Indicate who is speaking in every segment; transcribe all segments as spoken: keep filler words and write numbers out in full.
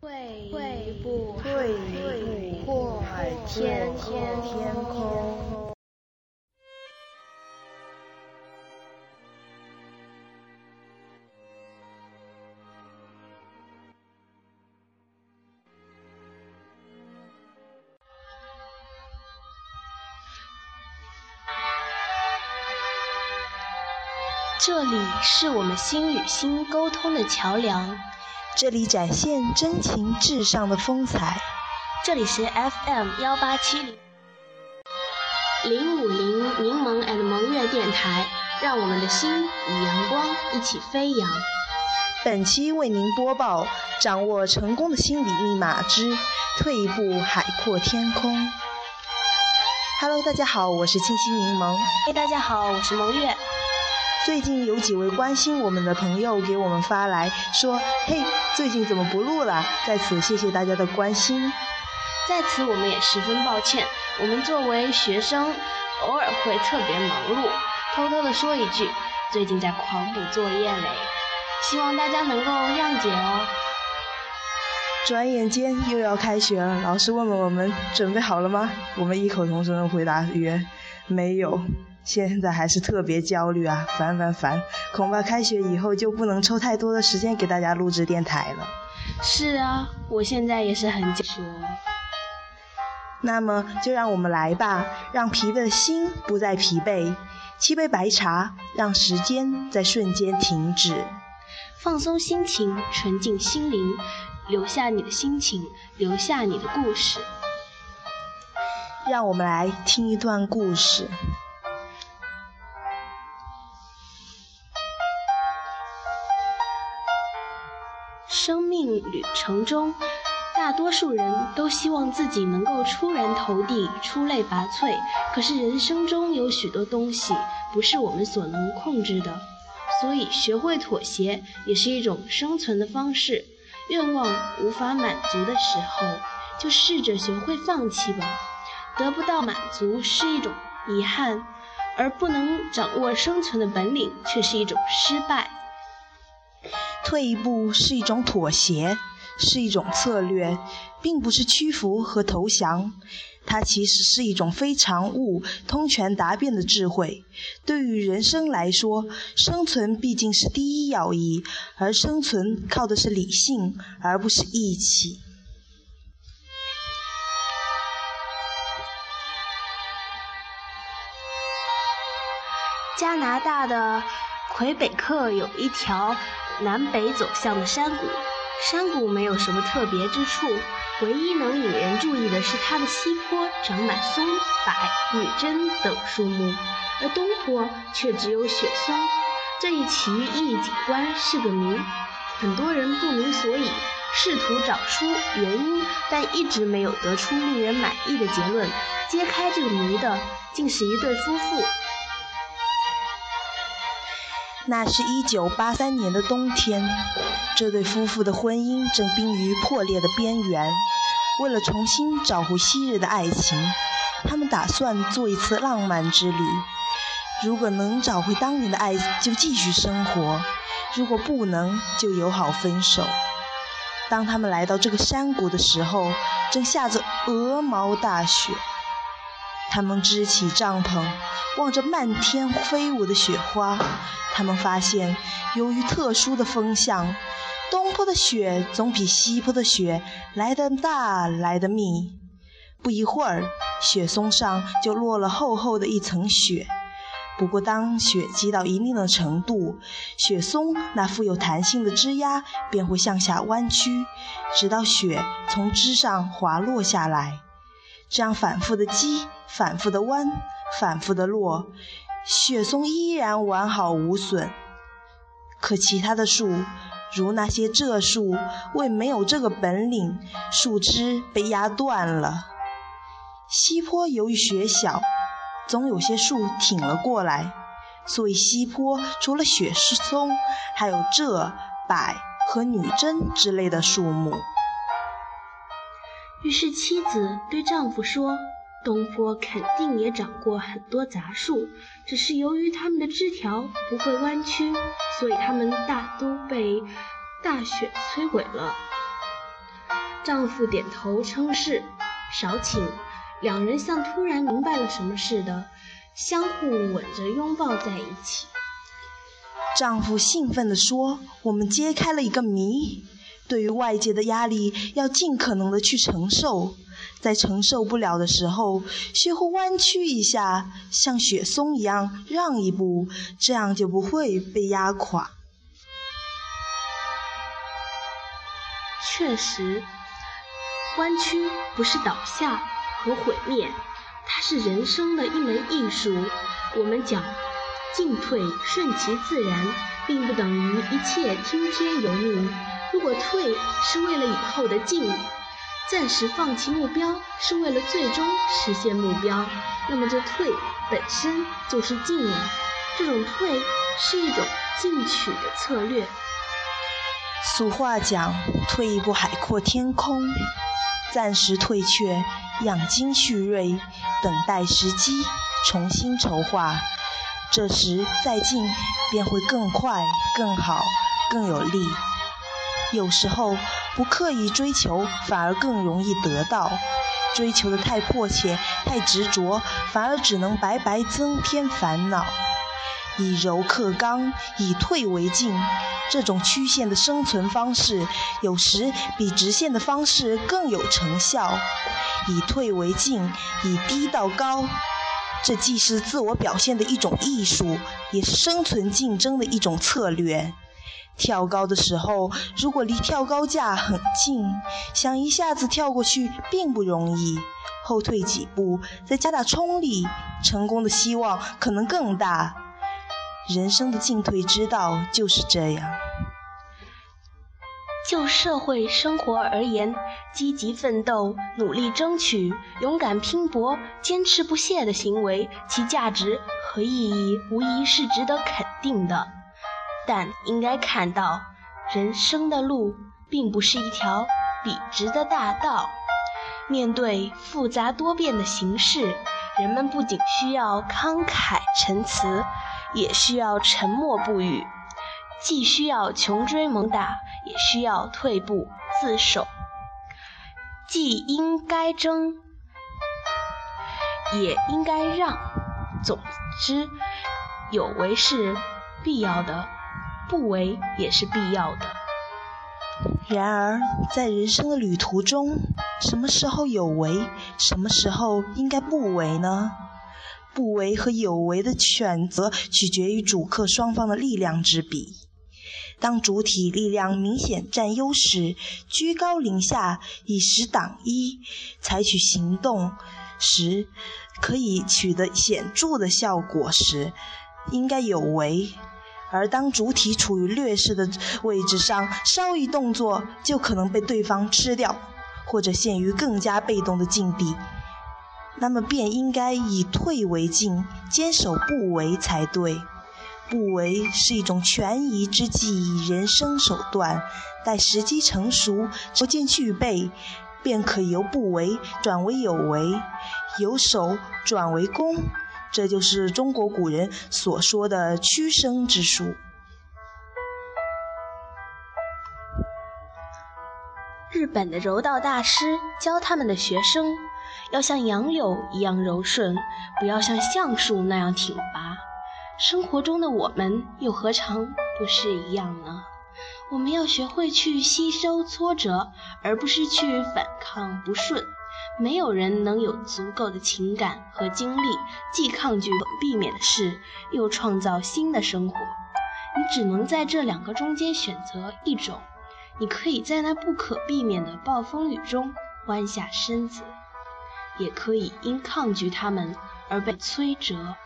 Speaker 1: 退一步
Speaker 2: 退一步海天天空。
Speaker 1: 这里是我们心与心沟通的桥梁，
Speaker 2: 这里展现真情至上的风采。
Speaker 1: 这里是 F M 一八七零零五零柠檬 and 萌月电台，让我们的心与阳光一起飞扬。
Speaker 2: 本期为您播报掌握成功的心理密码之退一步海阔天空。Hello， 大家好，我是清新柠檬。
Speaker 1: 嘿，大家好，我是萌月。
Speaker 2: 最近有几位关心我们的朋友给我们发来说，嘿，最近怎么不录了？在此谢谢大家的关心。
Speaker 1: 在此我们也十分抱歉，我们作为学生偶尔会特别忙碌，偷偷的说一句，最近在狂补作业嘞，希望大家能够谅解哦。
Speaker 2: 转眼间又要开学了，老师问问我们准备好了吗？我们异口同声的回答曰没有。现在还是特别焦虑啊，烦烦烦，恐怕开学以后就不能抽太多的时间给大家录制电台了。
Speaker 1: 是啊，我现在也是很焦虑。
Speaker 2: 那么就让我们来吧，让疲惫的心不再疲惫。沏杯白茶，让时间在瞬间停止。
Speaker 1: 放松心情，纯净心灵，留下你的心情，留下你的故事。
Speaker 2: 让我们来听一段故事。
Speaker 1: 生命旅程中，大多数人都希望自己能够出人头地，出类拔萃。可是人生中有许多东西不是我们所能控制的，所以学会妥协也是一种生存的方式。愿望无法满足的时候，就试着学会放弃吧。得不到满足是一种遗憾，而不能掌握生存的本领却是一种失败。
Speaker 2: 退一步是一种妥协，是一种策略，并不是屈服和投降。它其实是一种非常悟、通权达变的智慧。对于人生来说，生存毕竟是第一要义，而生存靠的是理性，而不是义气。
Speaker 1: 加拿大的魁北克有一条南北走向的山谷，山谷没有什么特别之处，唯一能引人注意的是它的西坡长满松柏、女贞等树木，而东坡却只有雪松。这一奇异景观是个谜，很多人不明所以，试图找出原因，但一直没有得出令人满意的结论。揭开这个谜的竟是一对夫妇。
Speaker 2: 那是一九八三年的冬天，这对夫妇的婚姻正濒于破裂的边缘。为了重新找回昔日的爱情，他们打算做一次浪漫之旅。如果能找回当年的爱，就继续生活；如果不能，就友好分手。当他们来到这个山谷的时候，正下着鹅毛大雪。他们支起帐篷，望着漫天飞舞的雪花，他们发现，由于特殊的风向，东坡的雪总比西坡的雪来得大，来得密。不一会儿，雪松上就落了厚厚的一层雪。不过当雪积到一定的程度，雪松那富有弹性的枝桠便会向下弯曲，直到雪从枝上滑落下来。这样反复的积，反复的弯，反复的落，雪松依然完好无损。可其他的树，如那些柘树，为没有这个本领，树枝被压断了。西坡由于雪小，总有些树挺了过来，所以西坡除了雪松，还有柘、柏和女贞之类的树木。
Speaker 1: 于是妻子对丈夫说，东坡肯定也长过很多杂树，只是由于它们的枝条不会弯曲，所以它们大都被大雪摧毁了。 丈夫点头称是，少请。两人像突然明白了什么似的，相互吻着拥抱在一起。
Speaker 2: 丈夫兴奋地说，我们揭开了一个谜，对于外界的压力要尽可能的去承受，在承受不了的时候，学会弯曲一下，像雪松一样让一步，这样就不会被压垮。
Speaker 1: 确实，弯曲不是倒下和毁灭，它是人生的一门艺术。我们讲进退顺其自然，并不等于一切听天由命。如果退是为了以后的进，暂时放弃目标是为了最终实现目标，那么这退本身就是进了。这种退是一种进取的策略。
Speaker 2: 俗话讲，退一步海阔天空，暂时退却，养精蓄锐，等待时机，重新筹划。这时再进便会更快、更好、更有力。有时候不刻意追求，反而更容易得到。追求的太迫切、太执着，反而只能白白增添烦恼。以柔克刚，以退为进，这种曲线的生存方式，有时比直线的方式更有成效。以退为进，以低到高，这既是自我表现的一种艺术，也是生存竞争的一种策略。跳高的时候，如果离跳高架很近，想一下子跳过去并不容易，后退几步，再加大冲力，成功的希望可能更大。人生的进退之道就是这样。
Speaker 1: 就社会生活而言，积极奋斗、努力争取、勇敢拼搏、坚持不懈的行为，其价值和意义无疑是值得肯定的。但应该看到，人生的路并不是一条笔直的大道。面对复杂多变的形势，人们不仅需要慷慨陈词，也需要沉默不语，既需要穷追猛打，也需要退步自守，既应该争，也应该让。总之，有为是必要的，不为也是必要的。
Speaker 2: 然而，在人生的旅途中，什么时候有为，什么时候应该不为呢？不为和有为的选择取决于主客双方的力量之比。当主体力量明显占优时，居高临下，以实挡一，采取行动时，可以取得显著的效果时，应该有为。而当主体处于劣势的位置上，稍一动作就可能被对方吃掉，或者陷于更加被动的境地，那么便应该以退为进，坚守不为才对。不为是一种权宜之计，人生手段，待时机成熟，条件具备，便可由不为转为有为，由守转为攻。这就是中国古人所说的屈生之术。
Speaker 1: 日本的柔道大师教他们的学生，要像杨柳一样柔顺，不要像橡树那样挺拔。生活中的我们又何尝不是一样呢？我们要学会去吸收挫折，而不是去反抗不顺。没有人能有足够的情感和精力，既抗拒避免的事，又创造新的生活。你只能在这两个中间选择一种。你可以在那不可避免的暴风雨中弯下身子，也可以因抗拒他们而被摧折。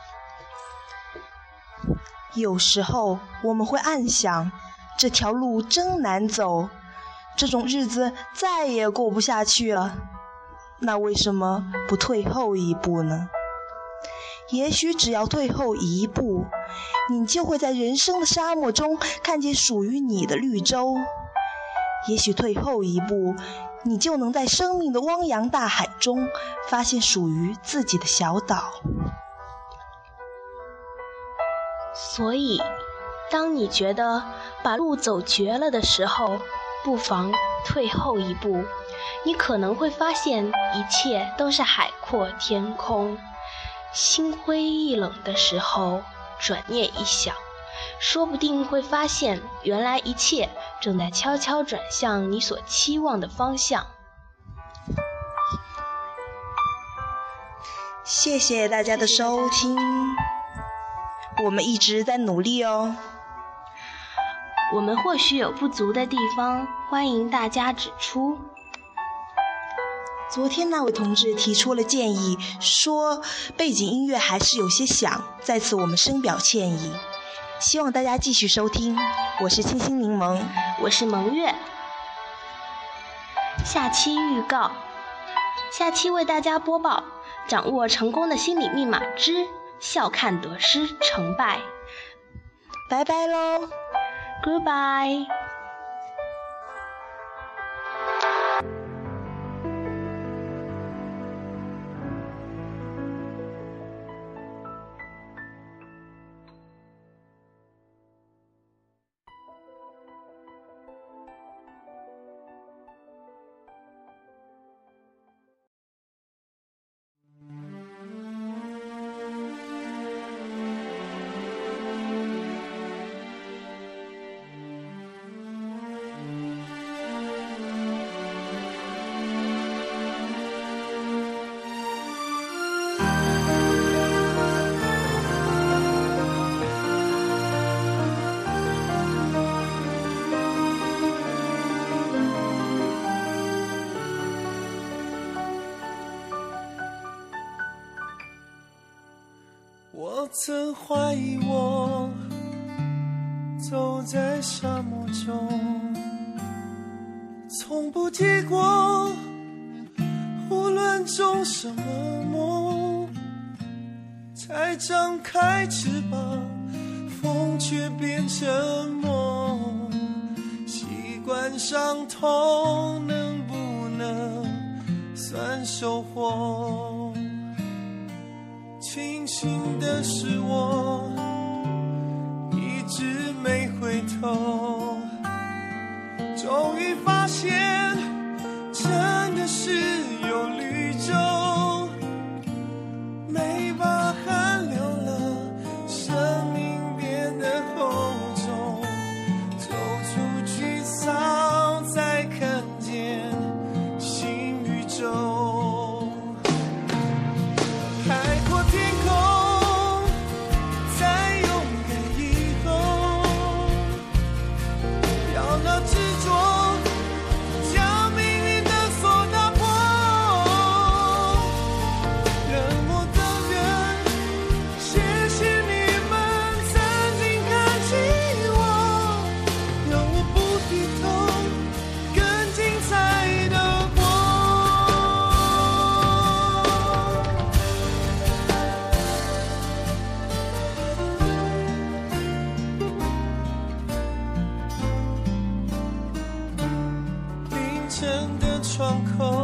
Speaker 2: 有时候我们会暗想，这条路真难走，这种日子再也过不下去了。那为什么不退后一步呢？也许只要退后一步，你就会在人生的沙漠中看见属于你的绿洲。也许退后一步，你就能在生命的汪洋大海中发现属于自己的小岛。
Speaker 1: 所以，当你觉得把路走绝了的时候， 不妨退后一步，你可能会发现一切都是海阔天空。心灰意冷的时候，转念一想，说不定会发现原来一切正在悄悄转向你所期望的方向。
Speaker 2: 谢谢大家的收听，我们一直在努力哦。
Speaker 1: 我们或许有不足的地方，欢迎大家指出。
Speaker 2: 昨天那位同志提出了建议，说背景音乐还是有些响，在此我们深表歉意。希望大家继续收听，我是清新柠檬，
Speaker 1: 我是蒙月。下期预告，下期为大家播报掌握成功的心理密码之笑看得失成败。
Speaker 2: 拜拜喽
Speaker 1: Goodbye。
Speaker 3: 我曾怀疑我走在沙漠中，从不结果，无论种什么梦，才张开翅膀，风却变成梦。习惯伤痛，能不能算收获？庆幸的是我一直没回头，终于发现真的是有绿洲，没把汗流了，生命变得厚重，走出沮丧，才看见新宇宙。窗口